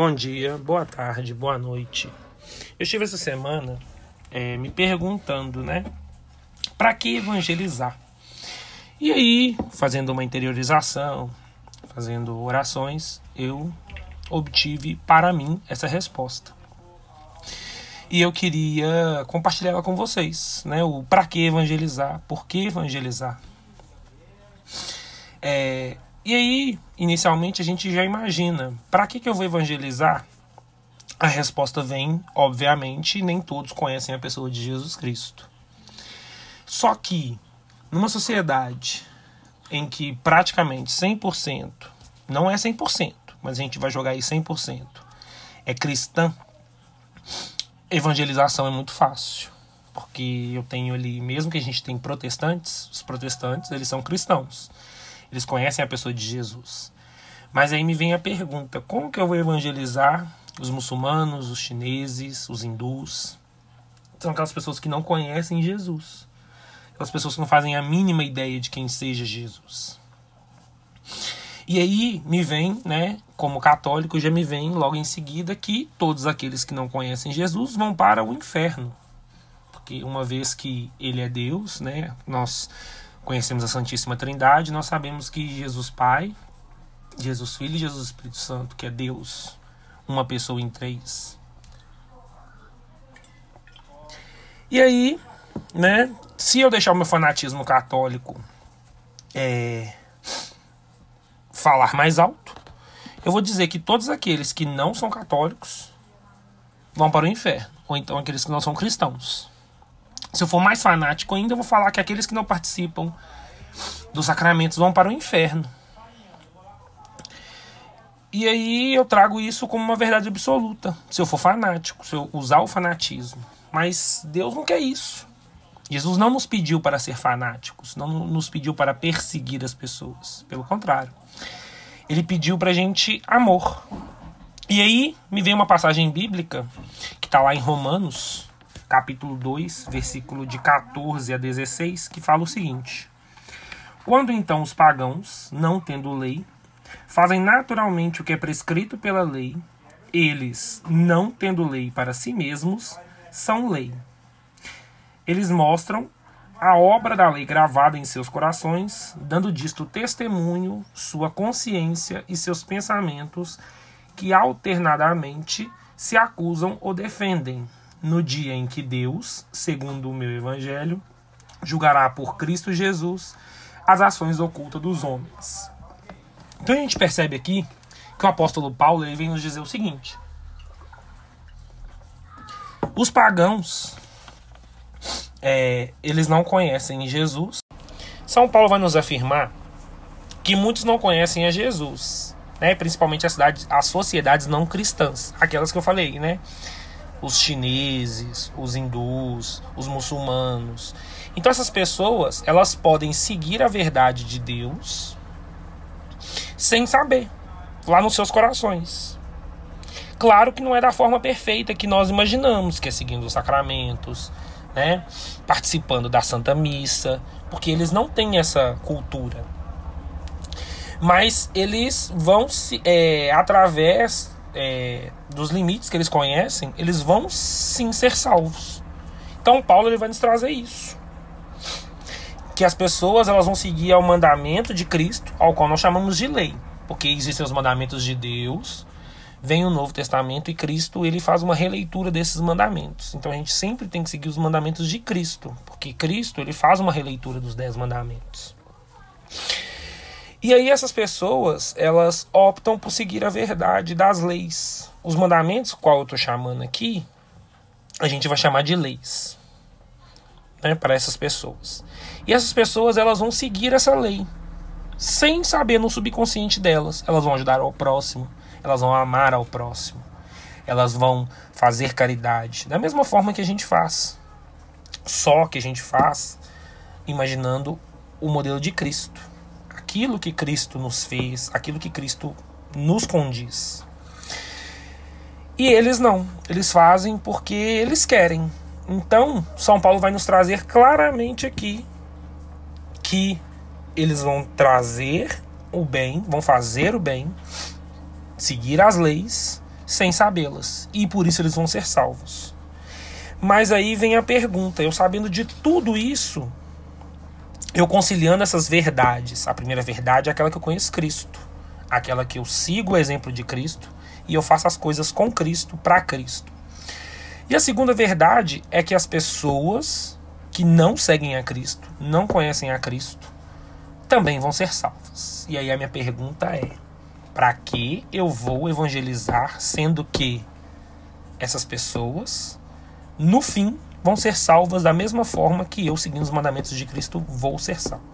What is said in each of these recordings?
Bom dia, boa tarde, boa noite. Eu estive essa semana me perguntando, para que evangelizar? E aí, fazendo uma interiorização, fazendo orações, eu obtive para mim essa resposta. E eu queria compartilhar ela com vocês, o para que evangelizar, por que evangelizar. E aí, inicialmente, a gente já imagina, para que eu vou evangelizar? A resposta vem, obviamente, nem todos conhecem a pessoa de Jesus Cristo. Só que, numa sociedade em que praticamente 100%, não é 100%, mas a gente vai jogar aí 100%, é cristã, evangelização é muito fácil. Porque eu tenho ali, mesmo que a gente tenha protestantes, os protestantes, eles são cristãos. Eles conhecem a pessoa de Jesus. Mas aí me vem a pergunta, como que eu vou evangelizar os muçulmanos, os chineses, os hindus? São aquelas pessoas que não conhecem Jesus. Aquelas pessoas que não fazem a mínima ideia de quem seja Jesus. E aí me vem, como católico, já me vem logo em seguida que todos aqueles que não conhecem Jesus vão para o inferno. Porque uma vez que ele é Deus, nós conhecemos a Santíssima Trindade, nós sabemos que Jesus Pai, Jesus Filho e Jesus Espírito Santo, que é Deus, uma pessoa em três. E aí, se eu deixar o meu fanatismo católico falar mais alto, eu vou dizer que todos aqueles que não são católicos vão para o inferno, ou então aqueles que não são cristãos. Se eu for mais fanático ainda, eu vou falar que aqueles que não participam dos sacramentos vão para o inferno. E aí eu trago isso como uma verdade absoluta, se eu for fanático, se eu usar o fanatismo. Mas Deus não quer isso. Jesus não nos pediu para ser fanáticos, não nos pediu para perseguir as pessoas. Pelo contrário. Ele pediu para a gente amor. E aí me vem uma passagem bíblica que está lá em Romanos, capítulo 2, versículo de 14 a 16, que fala o seguinte: quando então os pagãos, não tendo lei, fazem naturalmente o que é prescrito pela lei, eles, não tendo lei para si mesmos, são lei. Eles mostram a obra da lei gravada em seus corações, dando disto testemunho, sua consciência e seus pensamentos, que alternadamente se acusam ou defendem, no dia em que Deus, segundo o meu evangelho, julgará por Cristo Jesus as ações ocultas dos homens. Então a gente percebe aqui que o apóstolo Paulo ele vem nos dizer o seguinte: os pagãos, eles não conhecem Jesus. São Paulo vai nos afirmar que muitos não conhecem a Jesus, principalmente as sociedades não cristãs, aquelas que eu falei, os chineses, os hindus, os muçulmanos. Então essas pessoas, elas podem seguir a verdade de Deus sem saber, lá nos seus corações. Claro que não é da forma perfeita que nós imaginamos, que é seguindo os sacramentos, participando da Santa Missa, porque eles não têm essa cultura. Mas eles vão, através dos limites que eles conhecem, eles vão sim ser salvos. Então Paulo ele vai nos trazer isso, que as pessoas elas vão seguir ao mandamento de Cristo, ao qual nós chamamos de lei, porque existem os mandamentos de Deus, vem o Novo Testamento e Cristo ele faz uma releitura desses mandamentos. Então a gente sempre tem que seguir os mandamentos de Cristo, porque Cristo ele faz uma releitura dos 10 mandamentos. E aí essas pessoas, elas optam por seguir a verdade das leis. Os mandamentos, qual eu estou chamando aqui, a gente vai chamar de leis, para essas pessoas. E essas pessoas, elas vão seguir essa lei, sem saber no subconsciente delas. Elas vão ajudar ao próximo, elas vão amar ao próximo, elas vão fazer caridade, da mesma forma que a gente faz. Só que a gente faz imaginando o modelo de Cristo. Aquilo que Cristo nos fez, aquilo que Cristo nos condiz. E eles não. Eles fazem porque eles querem. Então, São Paulo vai nos trazer claramente aqui que eles vão trazer o bem, vão fazer o bem, seguir as leis, sem sabê-las, e por isso eles vão ser salvos. Mas aí vem a pergunta, eu sabendo de tudo isso, eu conciliando essas verdades, a primeira verdade é aquela que eu conheço Cristo, aquela que eu sigo o exemplo de Cristo e eu faço as coisas com Cristo, para Cristo. E a segunda verdade é que as pessoas que não seguem a Cristo, não conhecem a Cristo, também vão ser salvas. E aí a minha pergunta é, para que eu vou evangelizar, sendo que essas pessoas, no fim, vão ser salvas da mesma forma que eu, seguindo os mandamentos de Cristo, vou ser salvo?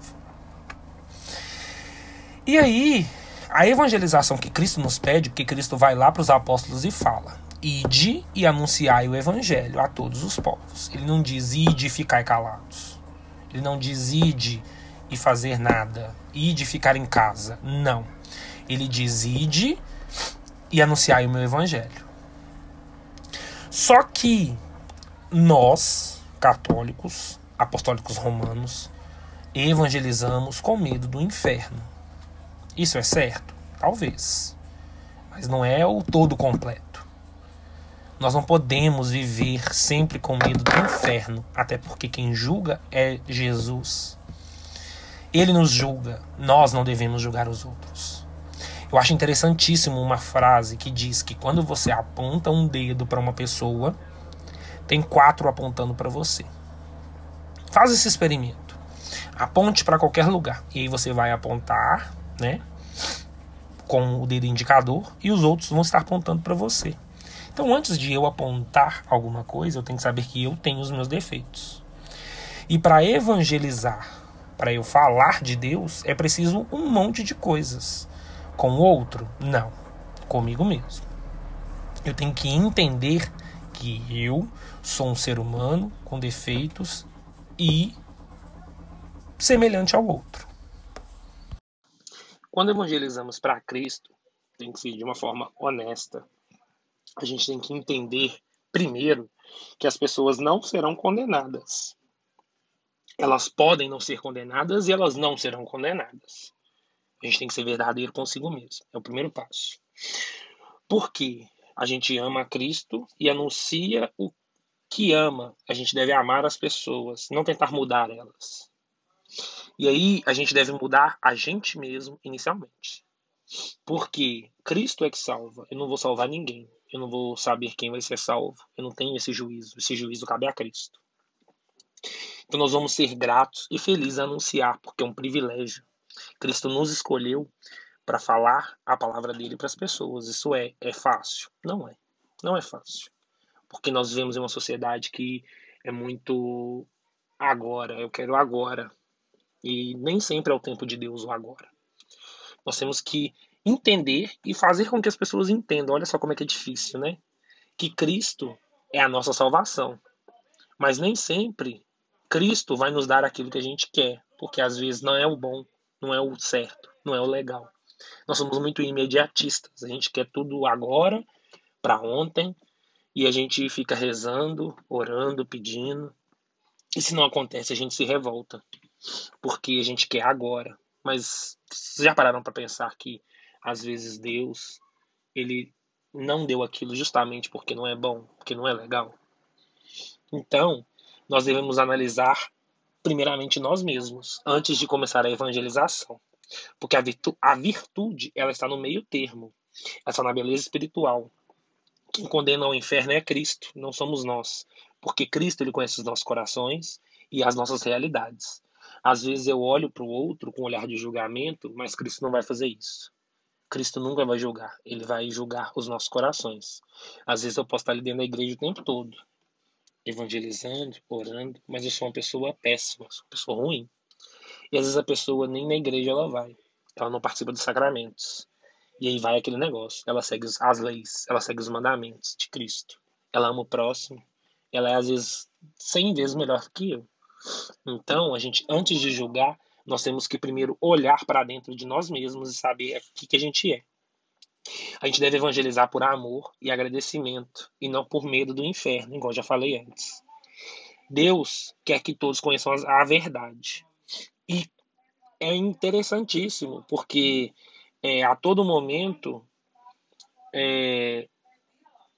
E aí, a evangelização que Cristo nos pede, porque Cristo vai lá para os apóstolos e fala: ide e anunciai o evangelho a todos os povos. Ele não diz ide e ficai calados. Ele não diz ide e fazer nada, ide e ficar em casa. Não. Ele diz ide e anunciai o meu evangelho. Só que nós, católicos, apostólicos romanos, evangelizamos com medo do inferno. Isso é certo? Talvez. Mas não é o todo completo. Nós não podemos viver sempre com medo do inferno, até porque quem julga é Jesus. Ele nos julga, nós não devemos julgar os outros. Eu acho interessantíssimo uma frase que diz que quando você aponta um dedo para uma pessoa, tem 4 apontando para você. Faz esse experimento. Aponte para qualquer lugar. E aí você vai apontar, né, com o dedo indicador, e os outros vão estar apontando para você. Então, antes de eu apontar alguma coisa, eu tenho que saber que eu tenho os meus defeitos. E para evangelizar, para eu falar de Deus, é preciso um monte de coisas. Com o outro? Não. Comigo mesmo. Eu tenho que entender que eu sou um ser humano com defeitos e semelhante ao outro. Quando evangelizamos para Cristo, tem que ser de uma forma honesta. A gente tem que entender, primeiro, que as pessoas não serão condenadas. Elas podem não ser condenadas e elas não serão condenadas. A gente tem que ser verdadeiro consigo mesmo. É o primeiro passo. Porque a gente ama a Cristo e anuncia o que ama. A gente deve amar as pessoas, não tentar mudar elas. E aí a gente deve mudar a gente mesmo inicialmente. Porque Cristo é que salva. Eu não vou salvar ninguém. Eu não vou saber quem vai ser salvo. Eu não tenho esse juízo. Esse juízo cabe a Cristo. Então nós vamos ser gratos e felizes a anunciar, porque é um privilégio. Cristo nos escolheu para falar a palavra dele para as pessoas. Isso é fácil? Não é. Não é fácil. Porque nós vivemos em uma sociedade que é muito agora. Eu quero agora. E nem sempre é o tempo de Deus o agora. Nós temos que entender e fazer com que as pessoas entendam. Olha só como é que é difícil, né? Que Cristo é a nossa salvação. Mas nem sempre Cristo vai nos dar aquilo que a gente quer. Porque às vezes não é o bom, não é o certo, não é o legal. Nós somos muito imediatistas. A gente quer tudo agora, para ontem. E a gente fica rezando, orando, pedindo. E se não acontece, a gente se revolta. Porque a gente quer agora. Mas vocês já pararam para pensar que às vezes Deus, ele não deu aquilo justamente porque não é bom, porque não é legal? Então, nós devemos analisar primeiramente nós mesmos, antes de começar a evangelização. Porque a virtude, ela está no meio termo. Ela está na beleza espiritual. Quem condena ao inferno é Cristo, não somos nós. Porque Cristo, ele conhece os nossos corações e as nossas realidades. Às vezes eu olho para o outro com um olhar de julgamento, mas Cristo não vai fazer isso. Cristo nunca vai julgar. Ele vai julgar os nossos corações. Às vezes eu posso estar ali dentro da igreja o tempo todo, evangelizando, orando, mas eu sou uma pessoa péssima, sou uma pessoa ruim. E às vezes a pessoa nem na igreja ela vai. Ela não participa dos sacramentos. E aí vai aquele negócio. Ela segue as leis, ela segue os mandamentos de Cristo. Ela ama o próximo. Ela é às vezes 100 vezes melhor que eu. Então, a gente, antes de julgar, nós temos que primeiro olhar para dentro de nós mesmos e saber o que a gente é. A gente deve evangelizar por amor e agradecimento, e não por medo do inferno, igual eu já falei antes. Deus quer que todos conheçam a verdade. E é interessantíssimo, porque a todo momento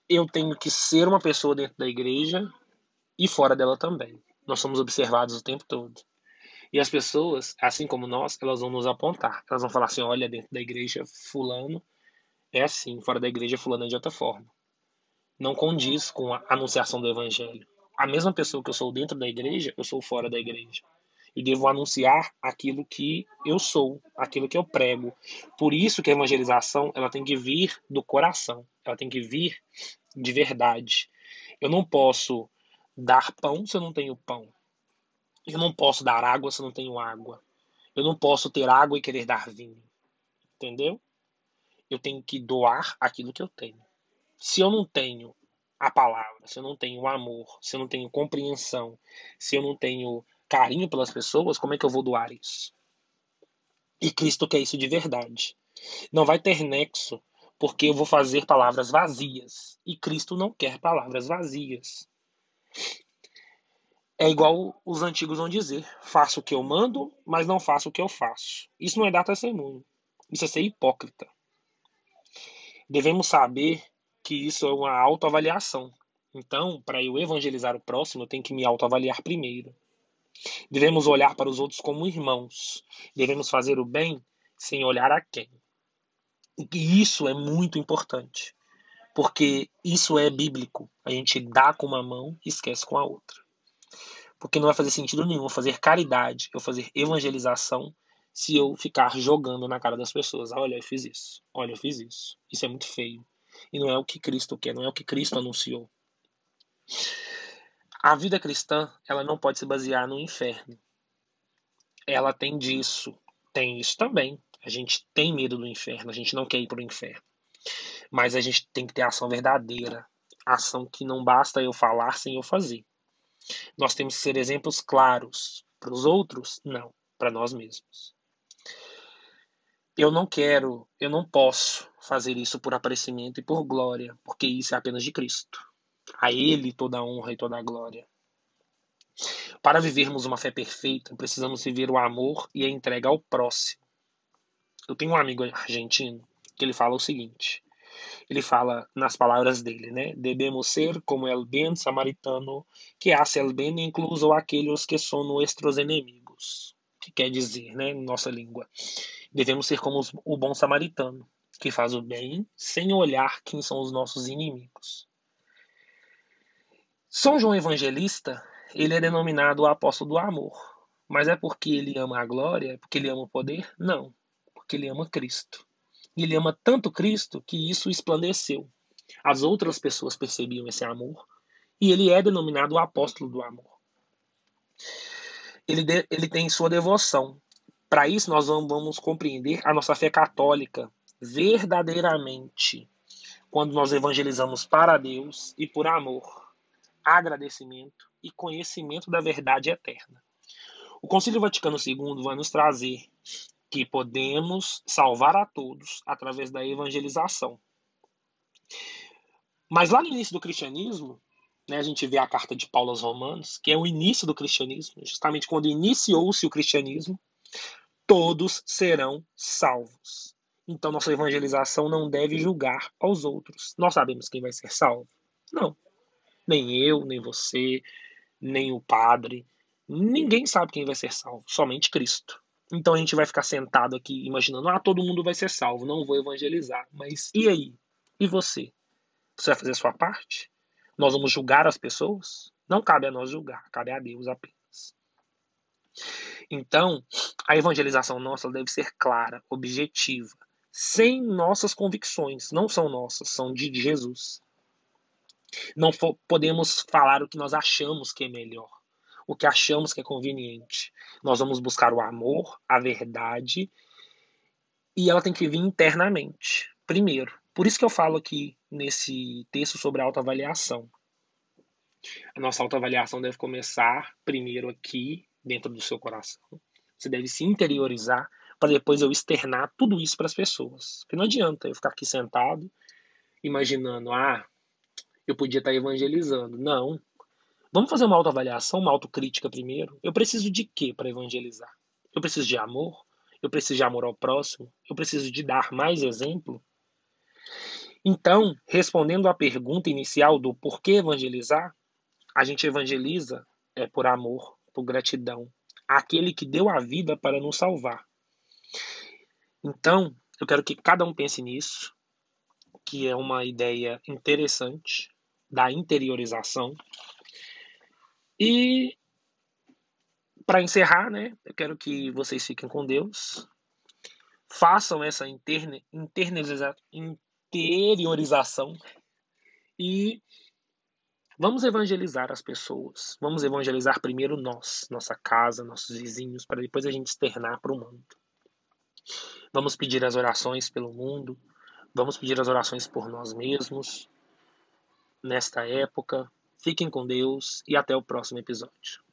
eu tenho que ser uma pessoa dentro da igreja e fora dela também. Nós somos observados o tempo todo. E as pessoas, assim como nós, elas vão nos apontar. Elas vão falar assim, olha, dentro da igreja fulano é assim, fora da igreja fulano é de outra forma. Não condiz com a anunciação do evangelho. A mesma pessoa que eu sou dentro da igreja, eu sou fora da igreja. E devo anunciar aquilo que eu sou, aquilo que eu prego. Por isso que a evangelização, ela tem que vir do coração. Ela tem que vir de verdade. Eu não posso dar pão se eu não tenho pão. Eu não posso dar água se eu não tenho água. Eu não posso ter água e querer dar vinho. Entendeu? Eu tenho que doar aquilo que eu tenho. Se eu não tenho a palavra, se eu não tenho amor, se eu não tenho compreensão, se eu não tenho carinho pelas pessoas, como é que eu vou doar isso? E Cristo quer isso de verdade. Não vai ter nexo, porque eu vou fazer palavras vazias. E Cristo não quer palavras vazias. É igual os antigos vão dizer: faço o que eu mando, mas não faço o que eu faço. Isso não é dar testemunho. Isso é ser hipócrita. Devemos saber que isso é uma autoavaliação. Então, para eu evangelizar o próximo, eu tenho que me autoavaliar primeiro. Devemos olhar para os outros como irmãos. Devemos fazer o bem sem olhar a quem. E isso é muito importante, porque isso é bíblico. A gente dá com uma mão e esquece com a outra. Porque não vai fazer sentido nenhum eu fazer caridade, eu fazer evangelização, se eu ficar jogando na cara das pessoas. Olha, eu fiz isso. Olha, eu fiz isso. Isso é muito feio. E não é o que Cristo quer, não é o que Cristo anunciou. A vida cristã, ela não pode se basear no inferno. Ela tem disso. Tem isso também. A gente tem medo do inferno, a gente não quer ir para o inferno. Mas a gente tem que ter ação verdadeira. Ação que não basta eu falar sem eu fazer. Nós temos que ser exemplos claros. Para os outros? Não. Para nós mesmos. Eu não posso fazer isso por aparecimento e por glória, porque isso é apenas de Cristo. A Ele toda a honra e toda a glória. Para vivermos uma fé perfeita, precisamos viver o amor e a entrega ao próximo. Eu tenho um amigo argentino que ele fala o seguinte. Ele fala nas palavras dele, né? Devemos ser como el buen samaritano que hace el bien incluso aqueles que são nuestros enemigos. Que quer dizer, né, em nossa língua. Devemos ser como o bom samaritano, que faz o bem sem olhar quem são os nossos inimigos. São João Evangelista, ele é denominado o apóstolo do amor. Mas é porque ele ama a glória? É porque ele ama o poder? Não. Porque ele ama Cristo. E ele ama tanto Cristo que isso esplandeceu. As outras pessoas percebiam esse amor. E ele é denominado o apóstolo do amor. Ele tem sua devoção. Para isso, nós vamos compreender a nossa fé católica verdadeiramente. Quando nós evangelizamos para Deus e por amor, agradecimento e conhecimento da verdade eterna. O Concílio Vaticano II vai nos trazer que podemos salvar a todos através da evangelização. Mas lá no início do cristianismo, né, a gente vê a carta de Paulo aos Romanos, que é o início do cristianismo, justamente quando iniciou-se o cristianismo, todos serão salvos. Então nossa evangelização não deve julgar aos outros. Nós sabemos quem vai ser salvo? Não. Nem eu, nem você, nem o padre. Ninguém sabe quem vai ser salvo, somente Cristo. Então a gente vai ficar sentado aqui imaginando, todo mundo vai ser salvo, não vou evangelizar. Mas e aí? E você? Você vai fazer a sua parte? Nós vamos julgar as pessoas? Não cabe a nós julgar, cabe a Deus apenas. Então, a evangelização nossa deve ser clara, objetiva, sem nossas convicções. Não são nossas, são de Jesus. Não podemos falar o que nós achamos que é melhor, o que achamos que é conveniente. Nós vamos buscar o amor, a verdade, e ela tem que vir internamente, primeiro. Por isso que eu falo aqui nesse texto sobre autoavaliação. A nossa autoavaliação deve começar primeiro aqui, dentro do seu coração. Você deve se interiorizar para depois eu externar tudo isso para as pessoas. Porque não adianta eu ficar aqui sentado, imaginando, eu podia estar evangelizando. Não. Vamos fazer uma autoavaliação, uma autocrítica primeiro. Eu preciso de quê para evangelizar? Eu preciso de amor? Eu preciso de amor ao próximo? Eu preciso de dar mais exemplo? Então, respondendo à pergunta inicial do por que evangelizar, a gente evangeliza por amor, por gratidão, àquele que deu a vida para nos salvar. Então, eu quero que cada um pense nisso, que é uma ideia interessante da interiorização. E para encerrar, né, eu quero que vocês fiquem com Deus, façam essa interiorização e vamos evangelizar as pessoas. Vamos evangelizar primeiro nós, nossa casa, nossos vizinhos, para depois a gente externar para o mundo. Vamos pedir as orações pelo mundo, vamos pedir as orações por nós mesmos nesta época. Fiquem com Deus e até o próximo episódio.